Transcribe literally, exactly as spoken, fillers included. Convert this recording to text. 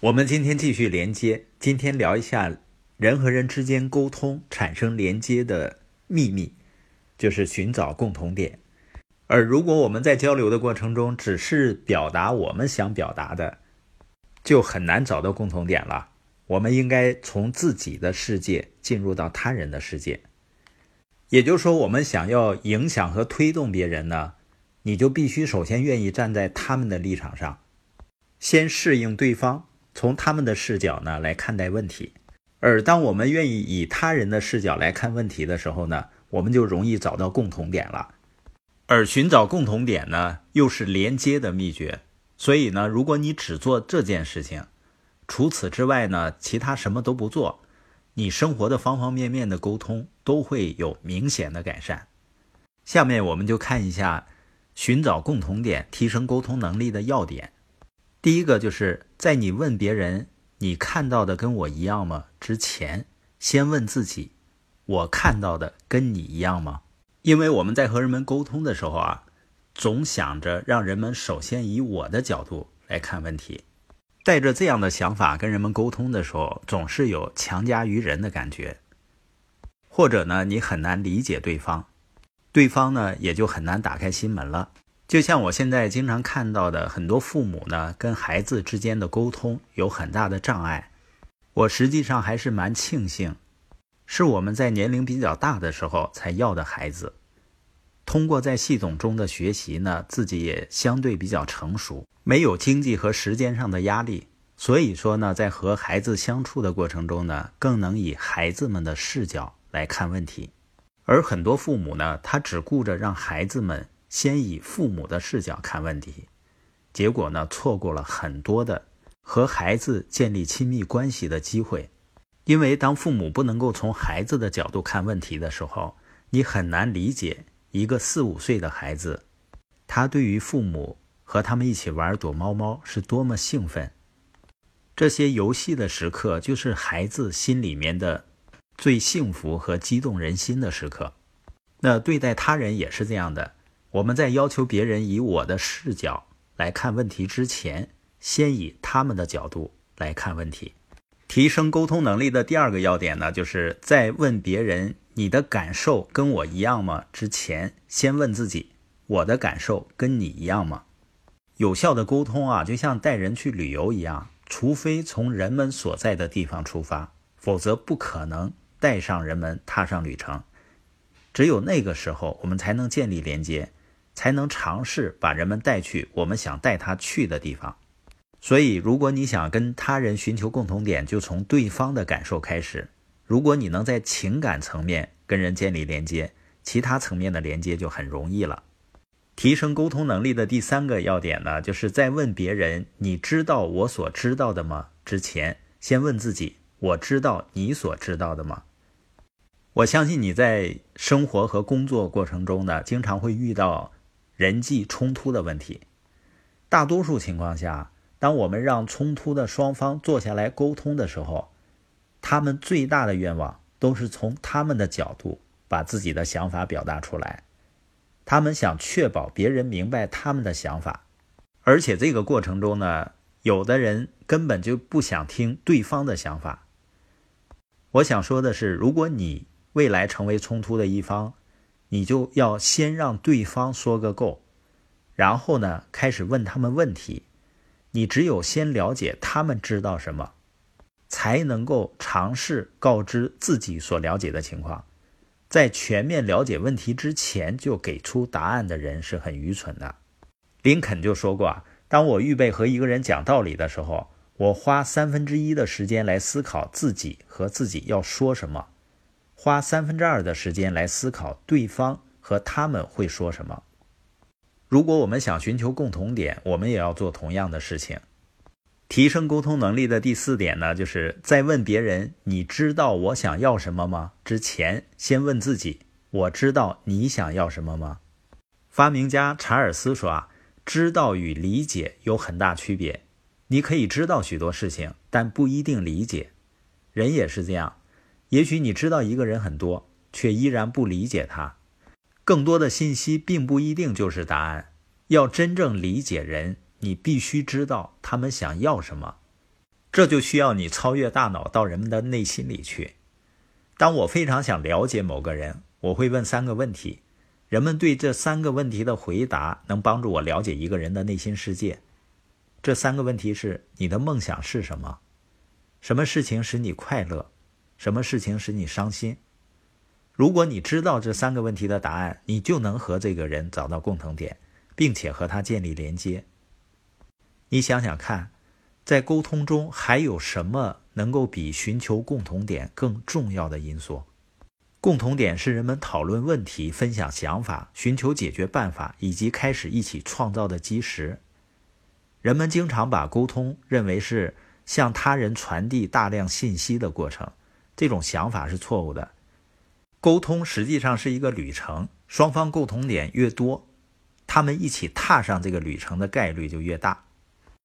我们今天继续连接，今天聊一下人和人之间沟通产生连接的秘密，就是寻找共同点。而如果我们在交流的过程中只是表达我们想表达的，就很难找到共同点了。我们应该从自己的世界进入到他人的世界。也就是说，我们想要影响和推动别人呢，你就必须首先愿意站在他们的立场上，先适应对方，从他们的视角呢来看待问题。而当我们愿意以他人的视角来看问题的时候呢，我们就容易找到共同点了。而寻找共同点呢，又是连接的秘诀。所以呢，如果你只做这件事情，除此之外呢，其他什么都不做，你生活的方方面面的沟通都会有明显的改善。下面我们就看一下寻找共同点、提升沟通能力的要点。第一个就是在你问别人你看到的跟我一样吗之前，先问自己，我看到的跟你一样吗？因为我们在和人们沟通的时候啊，总想着让人们首先以我的角度来看问题。带着这样的想法跟人们沟通的时候，总是有强加于人的感觉，或者呢，你很难理解对方，对方呢也就很难打开心门了。就像我现在经常看到的，很多父母呢跟孩子之间的沟通有很大的障碍。我实际上还是蛮庆幸，是我们在年龄比较大的时候才要的孩子。通过在系统中的学习呢，自己也相对比较成熟，没有经济和时间上的压力，所以说呢，在和孩子相处的过程中呢，更能以孩子们的视角来看问题。而很多父母呢，他只顾着让孩子们先以父母的视角看问题，结果呢，错过了很多的和孩子建立亲密关系的机会。因为当父母不能够从孩子的角度看问题的时候，你很难理解一个四五岁的孩子，他对于父母和他们一起玩躲猫猫是多么兴奋。这些游戏的时刻就是孩子心里面的最幸福和激动人心的时刻。那对待他人也是这样的，我们在要求别人以我的视角来看问题之前，先以他们的角度来看问题。提升沟通能力的第二个要点呢，就是在问别人你的感受跟我一样吗之前，先问自己，我的感受跟你一样吗？有效的沟通啊，就像带人去旅游一样，除非从人们所在的地方出发，否则不可能带上人们踏上旅程。只有那个时候，我们才能建立连接，才能尝试把人们带去我们想带他去的地方。所以如果你想跟他人寻求共同点，就从对方的感受开始。如果你能在情感层面跟人建立连接，其他层面的连接就很容易了。提升沟通能力的第三个要点呢，就是在问别人你知道我所知道的吗之前，先问自己，我知道你所知道的吗？我相信你在生活和工作过程中呢，经常会遇到人际冲突的问题。大多数情况下，当我们让冲突的双方坐下来沟通的时候，他们最大的愿望都是从他们的角度把自己的想法表达出来。他们想确保别人明白他们的想法，而且这个过程中呢，有的人根本就不想听对方的想法。我想说的是，如果你未来成为冲突的一方，你就要先让对方说个够，然后呢，开始问他们问题。你只有先了解他们知道什么，才能够尝试告知自己所了解的情况。在全面了解问题之前就给出答案的人是很愚蠢的。林肯就说过啊，当我预备和一个人讲道理的时候，我花三分之一的时间来思考自己和自己要说什么，花三分之二的时间来思考对方和他们会说什么。如果我们想寻求共同点，我们也要做同样的事情。提升沟通能力的第四点呢，就是在问别人你知道我想要什么吗之前，先问自己，我知道你想要什么吗？发明家查尔斯说啊，知道与理解有很大区别。你可以知道许多事情，但不一定理解。人也是这样，也许你知道一个人很多，却依然不理解他。更多的信息并不一定就是答案。要真正理解人，你必须知道他们想要什么。 这就需要你超越大脑到人们的内心里去。当我非常想了解某个人，我会问三个问题，人们对这三个问题的回答能帮助我了解一个人的内心世界。这三个问题是：你的梦想是什么？什么事情使你快乐？什么事情使你伤心？如果你知道这三个问题的答案，你就能和这个人找到共同点，并且和他建立连接。你想想看，在沟通中还有什么能够比寻求共同点更重要的因素？共同点是人们讨论问题、分享想法、寻求解决办法以及开始一起创造的基石。人们经常把沟通认为是向他人传递大量信息的过程，这种想法是错误的。沟通实际上是一个旅程，双方共同点越多，他们一起踏上这个旅程的概率就越大。